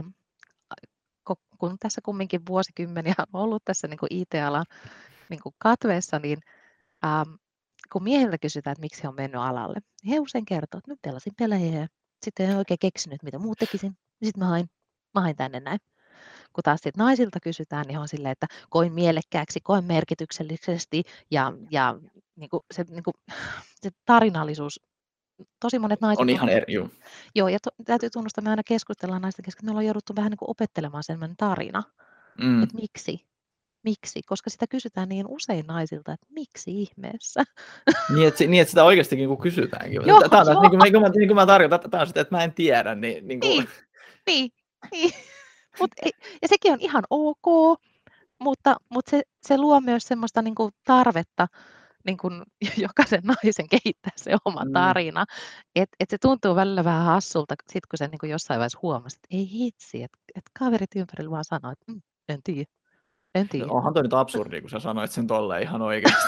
kun tässä kumminkin vuosikymmeniä on ollut tässä niin kuin I T-alan niin kuin katveessa, niin ähm, kun miehiltä kysytään, että miksi he on mennyt alalle, niin he usein kertoo, että nyt pelasin pelejä ja sitten en oikein keksinyt, mitä muut tekisin, niin sitten mä hain, mä hain tänne näin. Kun taas sit naisilta kysytään, niin on silleen, että koin mielekkääksi, koin merkityksellisesti ja, ja niin kuin se, niin kuin, se tarinallisuus. Tosi monet naiset On ihan on, eri, juu. Joo, ja to, täytyy tunnustaa, me aina keskustellaan naisten kesken, että me ollaan jouduttu vähän niin kuin opettelemaan sellainen tarina, Mm. että miksi, miksi, koska sitä kysytään niin usein naisilta, että miksi ihmeessä. Niin, että, niin, että sitä oikeastikin niin kysytäänkin. Joo, Tämä on joo. niin kuin, niin kuin, mä, niin kuin mä tarkoitan, tämä on sitä, että mä en tiedä. Niin, niin, kuin... Niin, niin, niin. Mut ei, ja sekin on ihan ok, mutta, mutta se, se luo myös semmoista niin kuin tarvetta niin kuin jokaisen naisen kehittää se oma Mm. tarina. Että et se tuntuu välillä vähän hassulta, sit kun se niin kuin jossain vaiheessa huomasi, että ei hitsi, että et kaverit ympärillä vaan sanoo, että mm, en tiedä, en tiedä. Onhan toi nyt absurdi, kun sä sanoit sen tolleen ihan oikeasti.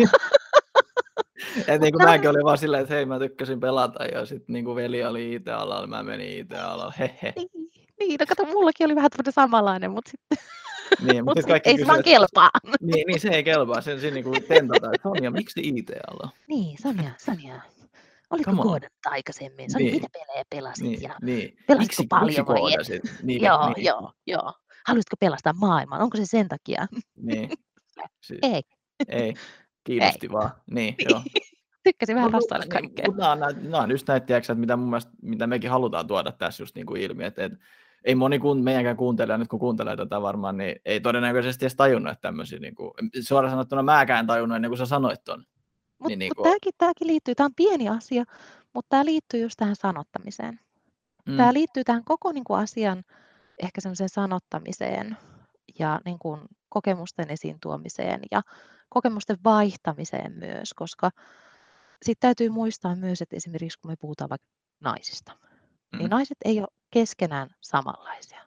Et niin kuin Mut mäkin olin vaan silleen, että hei, mä tykkäsin pelata, ja sitten niin kuin veli oli I T-alalla, mä menin I T-alalle, hehe. Niin, niin, no kato, mullakin oli vähän tämmöinen samanlainen, mutta sitten Niin, mutta mut sitten kaikki ei se vaan kysyy, kelpaa. Niin, niin se ei kelpaa, sen siinä niin tentataan, että Sonja, miksi I T-ala? Niin, Sonja, Sonja. Oliko Come on. koodattu aikaisemmin? Sonja, Niin, mitä pelejä pelasit? niin, Ja niin. pelasitko Miksi, paljon miksi vai et? koodasit? Niin, Joo, niin, joo, joo. Haluaisitko pelastaa maailman? Onko se sen takia? niin. Siis, Ei. ei, kiinnosti vaan. Niin, Niin. joo. Tykkäsin vähän Mut- rassailla niin, kaikkea. Mutta nämä on, nää- nämä on just näitä, tiedätkö, että mitä, mun mielestä, mitä mekin halutaan tuoda tässä just niin kuin ilmi, että, että ei moni kun, meidänkään kuuntelija nyt kun kuuntelee tätä varmaan, niin ei todennäköisesti edes tajunnut, että tämmöisiä, niin kuin, suoraan sanottuna mäkään tajunnut ennen kuin sä sanoit ton. Mutta Niin, niin mut kuin, tämäkin, tämäkin liittyy, tämä on pieni asia, mutta tämä liittyy just tähän sanottamiseen. mm, Tämä liittyy tähän koko niin kuin, asian ehkä semmoiseen sanottamiseen ja niin kuin, kokemusten esiin tuomiseen ja kokemusten vaihtamiseen myös, koska sitten täytyy muistaa myös, että esimerkiksi kun me puhutaan vaikka naisista, mm, niin naiset ei ole keskenään samanlaisia.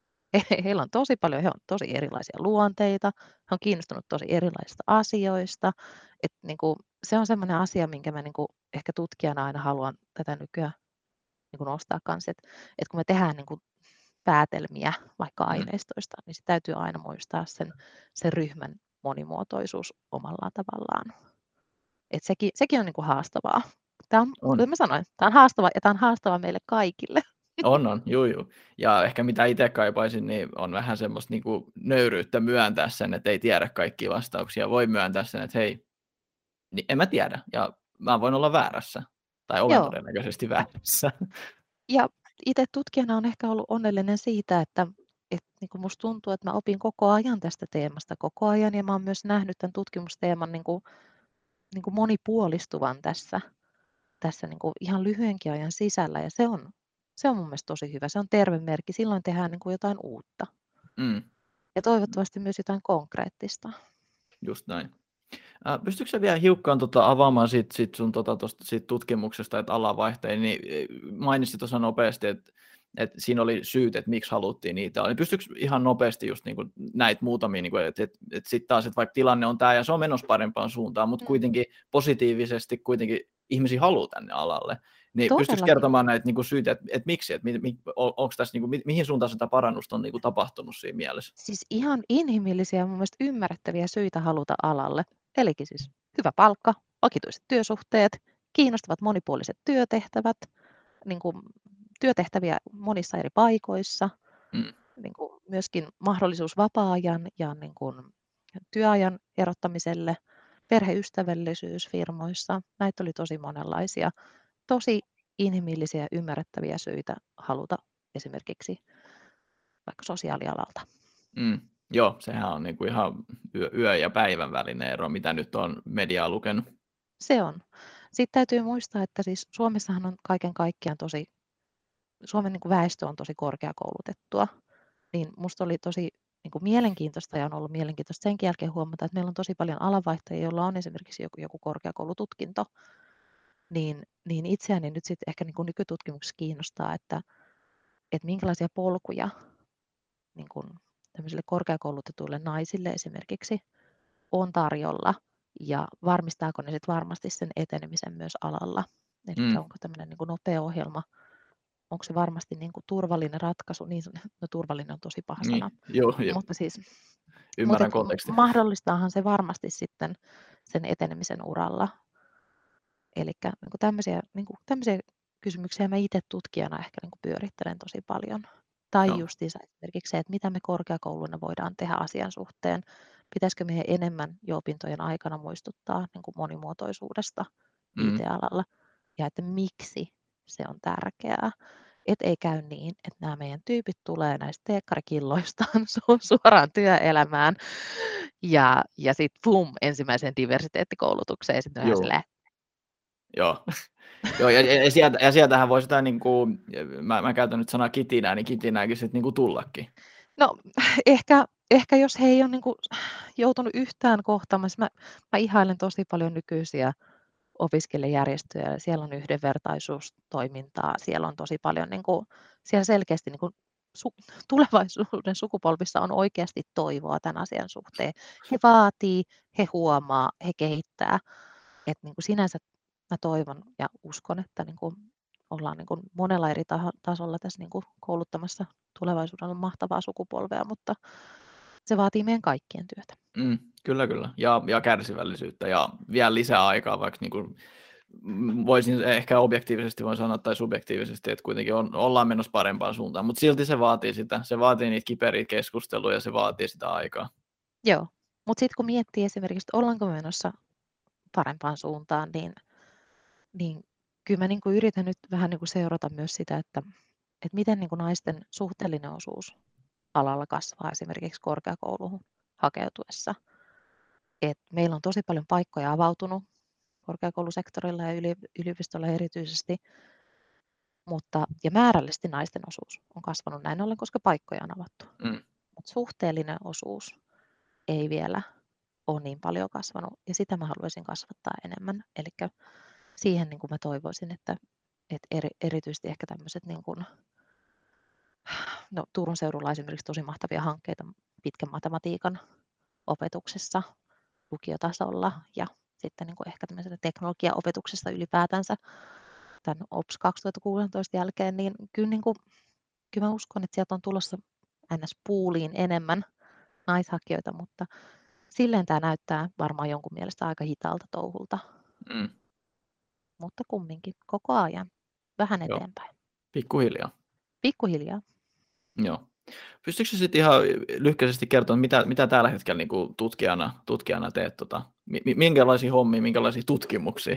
He- Heillä on tosi paljon, he on tosi erilaisia luonteita, he on kiinnostunut tosi erilaisista asioista. Et niin kuin, se on sellainen asia, minkä mä niin kuin, ehkä tutkijana aina haluan tätä nykyään niin kuin nostaa kanssa, että, että kun me tehdään niin kuin, päätelmiä vaikka Mm. aineistoista, niin se täytyy aina muistaa sen, sen ryhmän monimuotoisuus omalla tavallaan. Et sekin, sekin on niin kuin, haastavaa. Tämä on, on. kuten mä sanoin, tämä on haastava ja tämä on haastava meille kaikille. On, on, juu, juu. Ja ehkä mitä itse kaipaisin, niin on vähän semmoista niin kuin nöyryyttä myöntää sen, että ei tiedä kaikkia vastauksia. Voi myöntää sen, että hei, niin en mä tiedä, ja mä voin olla väärässä, tai olen Joo. todennäköisesti väärässä. Ja itse tutkijana on ehkä ollut onnellinen siitä, että, että niin kuin musta tuntuu, että mä opin koko ajan tästä teemasta koko ajan, ja mä oon myös nähnyt tämän tutkimusteeman niin kuin niin kuin monipuolistuvan tässä, tässä niin kuin ihan lyhyenkin ajan sisällä, ja se on, se on mun mielestä tosi hyvä. Se on terve merkki. Silloin tehdään niin kuin jotain uutta. Mm, Ja toivottavasti myös jotain konkreettista. just näin. Äh, Pystytkö sä vielä hiukan tota, avaamaan siitä, siitä sun tota, tosta, siitä tutkimuksesta, että alanvaihtajia, niin eh, mainitsit tuossa nopeasti, että, että siinä oli syyt, että miksi haluttiin niitä. Niin pystytkö ihan nopeasti just niin kuin näitä muutamia, niin kuin, että, että, että sitten taas, että vaikka tilanne on tämä ja se on menossa parempaan suuntaan, mutta Mm. kuitenkin positiivisesti kuitenkin ihmisiä haluaa tänne alalle. Niin pystytkö Todellakin. kertomaan näitä niin kuin syitä, että, että miksi, että mi, mi, on, onko tässä, niin kuin, mi, mihin suuntaan sitä parannusta on niin kuin tapahtunut siinä mielessä? Siis ihan inhimillisiä ja mun mielestä ymmärrettäviä syitä haluta alalle. Elikin siis hyvä palkka, vakituiset työsuhteet, kiinnostavat monipuoliset työtehtävät, niin kuin työtehtäviä monissa eri paikoissa, Mm. niin kuin myöskin mahdollisuus vapaa-ajan ja niin kuin työajan erottamiselle, perheystävällisyys firmoissa. Näitä oli tosi monenlaisia, tosi inhimillisiä ja ymmärrettäviä syitä haluta esimerkiksi vaikka sosiaalialalta. Mm. Joo, sehän on niinku ihan yö, yö- ja päivän välinen ero, mitä nyt on mediaa lukenut. Se on. Sitten täytyy muistaa, että siis Suomessahan on kaiken kaikkiaan tosi, Suomen niin kuin väestö on tosi korkeakoulutettua, niin musta oli tosi niin kuin mielenkiintoista ja on ollut mielenkiintoista senkin jälkeen huomata, että meillä on tosi paljon alanvaihtajia, joilla on esimerkiksi joku, joku korkeakoulututkinto, niin, niin itseäni nyt sitten ehkä niin kuin nykytutkimuksessa kiinnostaa, että, että minkälaisia polkuja niin kuin tämmöisille korkeakoulutetuille naisille esimerkiksi on tarjolla ja varmistaako ne sitten varmasti sen etenemisen myös alalla. Eli Mm. onko tämmöinen niin kuin nopea ohjelma, onko se varmasti niin kuin turvallinen ratkaisu, niin no, turvallinen on tosi paha Niin, sana, joo, joo. mutta siis Ymmärrän mutta kontekstin. mahdollistaahan se varmasti sitten sen etenemisen uralla. Eli niin kuin tämmöisiä, niin kuin tämmöisiä kysymyksiä mä itse tutkijana ehkä niin kuin pyörittelen tosi paljon. Tai Joo. justiinsa esimerkiksi se, että mitä me korkeakouluina voidaan tehdä asian suhteen. Pitäisikö meidän enemmän jo opintojen aikana muistuttaa niin kuin monimuotoisuudesta Mm. I T-alalla ja että miksi se on tärkeää. Että ei käy niin, että nämä meidän tyypit tulee näistä teekkarikilloistaan su- suoraan työelämään ja, ja sitten pum, ensimmäiseen diversiteettikoulutukseen ja sitten Joo. silleen, Joo. Joo, ja, ja, sieltä, ja sieltähän voi sitä, niin kuin, mä, mä käytän nyt sanaa kitinää, niin kitinääkin sitten niin kuin tullakin. no ehkä, ehkä jos he ei ole niin kuin joutunut yhtään kohtaamassa, mä, mä ihailen tosi paljon nykyisiä opiskelijajärjestöjä, siellä on yhdenvertaisuustoimintaa, siellä on tosi paljon, niin kuin, siellä selkeästi niin kuin, su, tulevaisuuden sukupolvissa on oikeasti toivoa tämän asian suhteen. He vaatii, he huomaa, he kehittää. Et, niin kuin sinänsä mä toivon ja uskon, että niin kuin, ollaan niin kuin monella eri tasolla tässä niin kuin kouluttamassa tulevaisuuden mahtavaa sukupolvea, mutta se vaatii meidän kaikkien työtä. Mm, kyllä, kyllä. Ja, ja kärsivällisyyttä ja vielä lisää aikaa, vaikka niin kuin, voisin ehkä objektiivisesti voin sanoa tai subjektiivisesti, että kuitenkin on, ollaan menossa parempaan suuntaan, mutta silti se vaatii sitä. Se vaatii niitä kiperiä keskusteluja ja se vaatii sitä aikaa. Joo, mutta sitten kun miettii esimerkiksi, että ollaanko menossa parempaan suuntaan, niin, niin kyllä mä niin kuin yritän nyt vähän niin kuin seurata myös sitä, että, että miten niin kuin naisten suhteellinen osuus alalla kasvaa esimerkiksi korkeakouluun hakeutuessa. Et meillä on tosi paljon paikkoja avautunut korkeakoulusektorilla ja yliopistolla erityisesti, mutta, ja määrällisesti naisten osuus on kasvanut näin ollen, koska paikkoja on avattu. Mm. Mutta suhteellinen osuus ei vielä ole niin paljon kasvanut, ja sitä mä haluaisin kasvattaa enemmän. Eli siihen niin kuin mä toivoisin, että, että eri, erityisesti ehkä tämmöiset, niin kuin, no, Turun seudulla esimerkiksi tosi mahtavia hankkeita pitkän matematiikan opetuksessa lukiotasolla ja sitten niin kuin ehkä tämmöisessä teknologiaopetuksessa ylipäätänsä tämän O P S kaksituhattakuusitoista jälkeen, niin kyllä, niin kuin, kyllä mä uskon, että sieltä on tulossa N S-puuliin enemmän naishakijoita, mutta silleen tämä näyttää varmaan jonkun mielestä aika hitaalta touhulta. Mm. Mutta kumminkin koko ajan vähän Joo. eteenpäin. Pikkuhiljaa. Pikkuhiljaa. Joo. Pystytkö sitten ihan lyhkäisesti kertoa, mitä, mitä tällä hetkellä niin kuin tutkijana, tutkijana teet? Tota, minkälaisia hommia, minkälaisia tutkimuksia?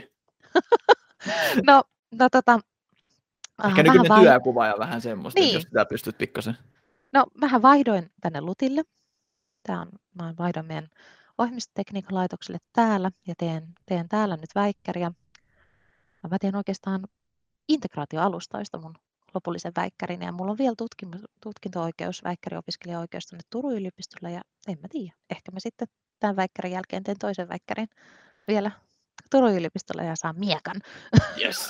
no, no tota, Ehkä nykyinen vai... työkuva ja vähän semmoista, niin. Jos sitä pystyt pikkasen. No, vähän vaihdoin tänne Lutille. Tämä on, mä vaihdoin meidän ohjelmistotekniikan laitokselle täällä ja teen, teen täällä nyt väikkäriä. Mä teen oikeastaan integraatioalustoista mun lopullisen väikkärin ja mulla on vielä tutkinto-oikeus, väikkäriopiskelijaoikeus tuonne Turun yliopistolle ja en mä tiedä, ehkä mä sitten tämän väikkärin jälkeen teen toisen väikkärin vielä Turun yliopistolle ja saan miekan. Yes.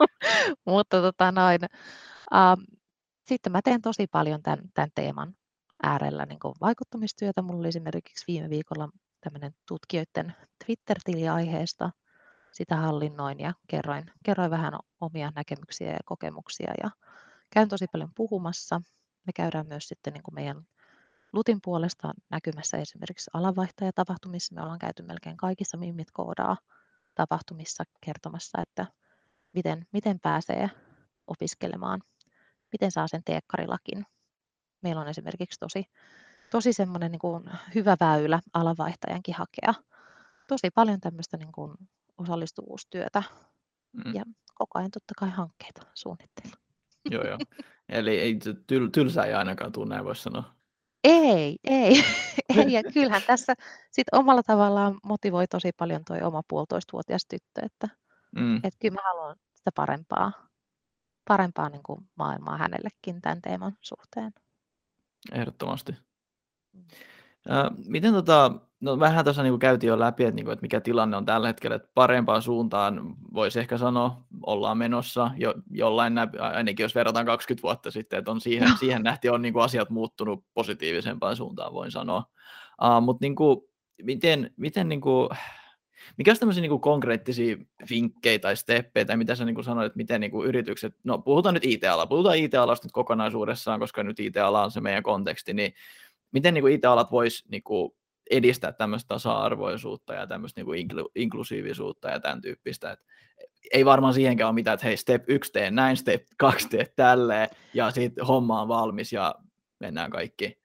Mutta tota noin, ähm, sitten mä teen tosi paljon tämän, tämän teeman äärellä niin kuin vaikuttamistyötä. Mulla oli esimerkiksi viime viikolla tämmöinen tutkijoiden Twitter-tili aiheesta. Sitä hallinnoin ja kerroin, kerroin vähän omia näkemyksiä ja kokemuksia ja käyn tosi paljon puhumassa. Me käydään myös sitten niin kuin meidän Lutin puolesta näkymässä esimerkiksi alanvaihtajatapahtumissa. Me ollaan käyty melkein kaikissa Mimmit koodaa tapahtumissa kertomassa, että miten, miten pääsee opiskelemaan, miten saa sen teekkarilakin. Meillä on esimerkiksi tosi, tosi semmoinen niin kuin hyvä väylä alanvaihtajankin hakea. Tosi paljon tämmöistä niin kuin osallistuvuustyötä mm. ja koko ajan totta kai hankkeita suunnitteilla. Joo, joo. Eli ei tyl, tylsää ei ainakaan tule, näin voisi sanoa. Ei, ei. ei. Ja kyllähän tässä sit omalla tavallaan motivoi tosi paljon toi oma puolitoistavuotias tyttö, että mm. et kyllä mä haluan sitä parempaa, parempaa niin kuin maailmaa hänellekin tämän teeman suhteen. Ehdottomasti. Mm. Äh, miten tota, no vähän tuossa niin kuin käytiin jo läpi, että, niin kuin, että mikä tilanne on tällä hetkellä, että parempaan suuntaan voisi ehkä sanoa, ollaan menossa jo, jollain, ainakin jos verrataan kaksikymmentä vuotta sitten, että on siihen, siihen nähty on niin kuin asiat muuttunut positiivisempaan suuntaan, voin sanoa. Uh, mutta niin kuin, miten, miten niin kuin, mikä olisi tämmöisiä niin kuin konkreettisia vinkkejä tai steppejä, tai mitä sä niin kuin sanoit, että miten niin kuin yritykset, no puhutaan nyt I T-alasta, puhutaan I T-alasta nyt kokonaisuudessaan, koska nyt I T-ala on se meidän konteksti, niin miten niin kuin I T-alat voisi niin kuin edistää tämmöistä tasa-arvoisuutta ja tämmöistä niin kuin inklu- inklusiivisuutta ja tämän tyyppistä. Et ei varmaan siihenkään ole mitään, että hei, step yksi tee näin, step kaksi tee tälleen, ja sitten homma on valmis ja mennään kaikki.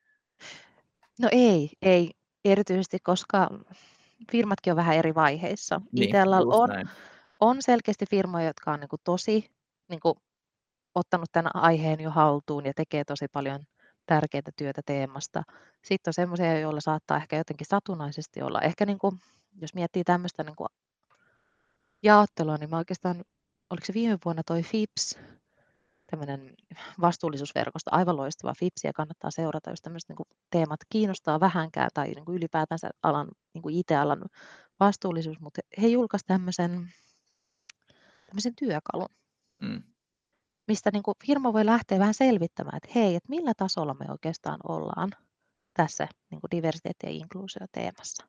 No ei, ei erityisesti, koska firmatkin on vähän eri vaiheissa. Niin, I T:llä on, on selkeästi firmoja, jotka on niin kuin tosi niin kuin ottanut tämän aiheen jo haltuun ja tekee tosi paljon tärkeää työtä teemasta. Sitten on semmoisia, joilla saattaa ehkä jotenkin satunnaisesti olla. Ehkä niin kuin, jos miettii tämmöistä niin kuin jaottelua, niin mä oikeastaan, oliko se viime vuonna toi F I P S, tämmöinen vastuullisuusverkosto, aivan loistava F I P S, ja kannattaa seurata, jos tämmöiset niin kuin teemat kiinnostaa vähänkään, tai niin kuin ylipäätänsä alan, niin kuin I T-alan vastuullisuus, mutta he julkaisivat tämmöisen, tämmöisen työkalun. Mm. Mistä niin kuin firma voi lähteä vähän selvittämään, että hei, että millä tasolla me oikeastaan ollaan tässä niin kuin diversiteetti- ja inkluusio-teemassa.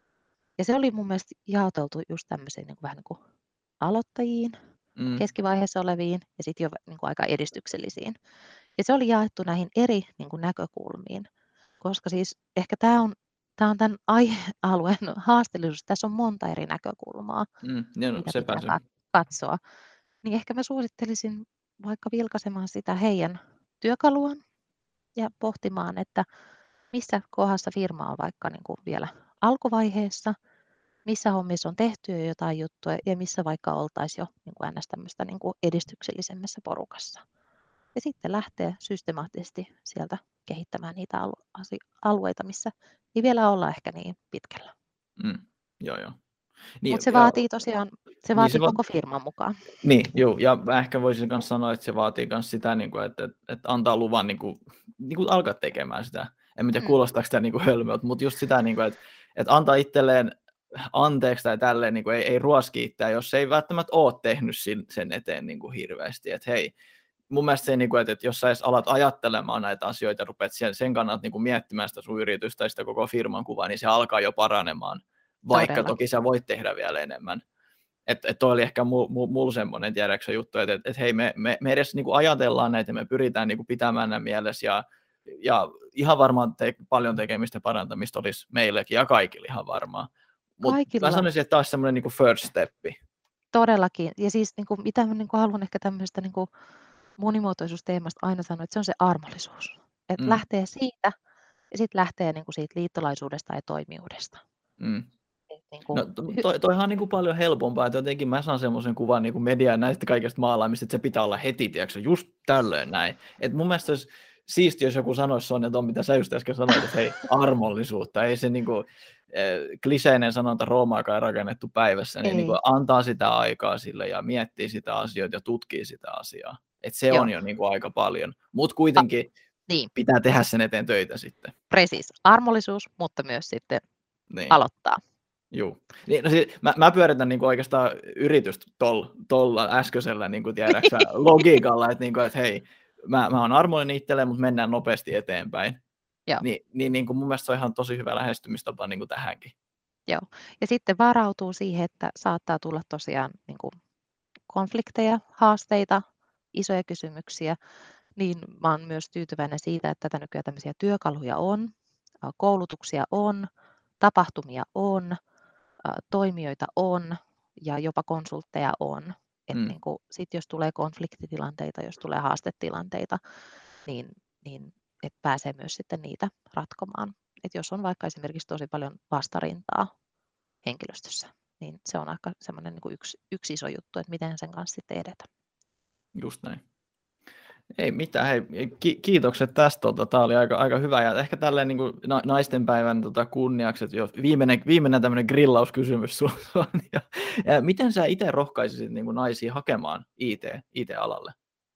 Ja se oli mun mielestä jaoteltu just tämmöisiin niin kuin vähän niin kuin aloittajiin, mm. keskivaiheessa oleviin ja sitten jo niin kuin aika edistyksellisiin. Ja se oli jaettu näihin eri niin kuin näkökulmiin, koska siis ehkä tämä on, tämä on tämän aihealueen haasteellisuus, tässä on monta eri näkökulmaa, mm. ja no, mitä sepä pitää se. katsoa. Niin ehkä mä suosittelisin vaikka vilkaisemaan sitä heidän työkaluaan ja pohtimaan, että missä kohdassa firma on vaikka niin kuin vielä alkuvaiheessa, missä hommissa on tehty jo jotain juttua ja missä vaikka oltaisiin jo niin kuin ns. Tämmöistä niin kuin edistyksellisemmässä porukassa. Ja sitten lähtee systemaattisesti sieltä kehittämään niitä alueita, missä ei vielä olla ehkä niin pitkällä. Mm, joo, joo. Niin, mutta se vaatii tosiaan, se vaatii niin se koko va- firman mukaan. Niin, joo, ja mä ehkä voisin myös sanoa, että se vaatii myös sitä, että, että antaa luvan niin kuin, niin kuin alkaa tekemään sitä. En tiedä, kuulostaako sitä niin kuin hölmöltä, mutta just sitä, niin kuin, että, että antaa itselleen anteeksi tai tälleen, niin kuin ei, ei ruoski itseään, jos ei välttämättä ole tehnyt sen eteen niin kuin hirveästi. Että hei, mun mielestä se, niin kuin, että jos sä edes alat ajattelemaan näitä asioita, rupeat sen, sen kannalta niin kuin miettimään sitä sun yritystä ja sitä koko firman kuvaa, niin se alkaa jo paranemaan, vaikka Todella. Toki sä voit tehdä vielä enemmän. Että et toi oli ehkä mulla mul, mul semmoinen tiedäksä juttu, että et, et hei, me, me, me edes niinku ajatellaan näitä, me pyritään niinku pitämään nämä mielessä, ja, ja ihan varmaan te, paljon tekemistä ja parantamista olisi meillekin, ja kaikille ihan varmaan. Mutta mä sanoisin, että taas semmoinen niinku first steppi. Todellakin, ja siis niinku, mitä mä niinku haluan ehkä tämmöistä niinku monimuotoisuusteemasta aina sanoa, että se on se armollisuus. Että mm. lähtee siitä, ja sitten lähtee niinku siitä liittolaisuudesta ja toimijuudesta. Mm. Niin kuin, no, toi, toihan on niin kuin paljon helpompaa, että jotenkin mä saan semmoisen kuvan niin kuin median näistä kaikista maalaamista, että se pitää olla heti, tiedätkö, just tällöin näin. Et mun mielestä olisi siistiä, jos joku sanoisi Sonja, että on mitä sä just äsken sanoit, että hei, armollisuutta, ei se niin kuin, kliseinen sanonta Roomaakaan ei rakennettu päivässä, niin, Ei. niin kuin antaa sitä aikaa sille ja miettii sitä asioita ja tutkii sitä asiaa. Et se Joo. on jo niin kuin aika paljon, mutta kuitenkin ah, niin. pitää tehdä sen eteen töitä sitten. Precis, armollisuus, mutta myös sitten niin. aloittaa. Joo. Niin, no siis, mä, mä pyöritän niin kuin oikeastaan yritystä tuolla tol, äskeisellä niin kuin tiedäksä, logiikalla, että, niin kuin, että hei, mä, mä oon armollinen itselleen, mutta mennään nopeasti eteenpäin. Ni, niin, niin kuin mun mielestä se on ihan tosi hyvä lähestymistapa niin kuin tähänkin. Joo. Ja sitten varautuu siihen, että saattaa tulla tosiaan niin kuin konflikteja, haasteita, isoja kysymyksiä, niin mä oon myös tyytyväinen siitä, että tätä nykyään tämmöisiä työkaluja on, koulutuksia on, tapahtumia on, toimijoita on ja jopa konsultteja on. Että Mm. niin kuin, sit jos tulee konfliktitilanteita, jos tulee haastetilanteita, niin, niin et pääsee myös sitten niitä ratkomaan. Et jos on vaikka esimerkiksi tosi paljon vastarintaa henkilöstössä, niin se on aika semmoinen niin kuin yksi, yksi iso juttu, että miten sen kanssa sitten edetä. Just näin. Ei mitään, hei, ki- kiitokset tästä, tota, tämä oli aika, aika hyvä, ja ehkä tälleen niin kuin na- naistenpäivän tota, kunniaksi, että jo viimeinen, viimeinen tämmöinen grillauskysymys sun on, ja, ja miten sä itse rohkaisisit niin kuin naisia hakemaan I T, I T-alalle?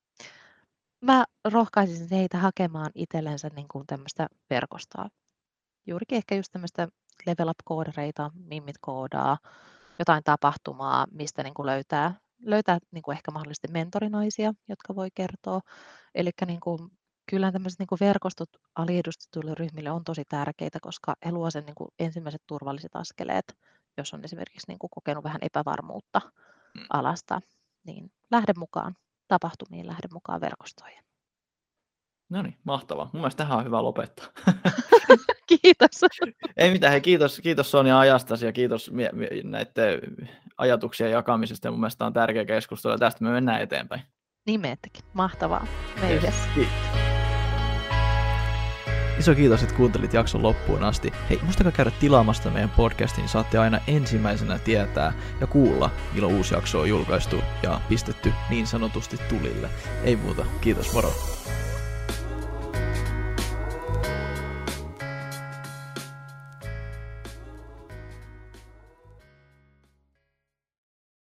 Mä rohkaisisin heitä hakemaan itsellensä niin kuin tämmöistä verkostoa. Juurikin ehkä just tämmöistä level up-koodareita, mimmit koodaa, jotain tapahtumaa, mistä niin kuin löytää, löytää niin kuin ehkä mahdollisesti mentorinaisia, jotka voi kertoa. Eli niin kuin, kyllä tämmöiset niin kuin verkostot aliedustetuille ryhmille on tosi tärkeitä, koska he luovat sen niin kuin ensimmäiset turvalliset askeleet, jos on esimerkiksi niin kuin kokenut vähän epävarmuutta alasta, niin lähde mukaan tapahtumiin, lähde mukaan verkostoihin. No niin, mahtavaa. Mun mielestä tähän on hyvä lopettaa. Kiitos. Ei mitään, hei, kiitos, kiitos Sonja ajastasi ja kiitos mie- mie- näiden ajatuksien jakamisesta. Mun mielestä on tärkeä keskustelu ja tästä me mennään eteenpäin. Nimettekin. Mahtavaa. Me yhdessä. Iso kiitos, että kuuntelit jakson loppuun asti. Hei, muistakaa käydä tilaamasta meidän podcastin, niin saatte aina ensimmäisenä tietää ja kuulla, milloin uusi jakso on julkaistu ja pistetty niin sanotusti tulille. Ei muuta, kiitos, moro!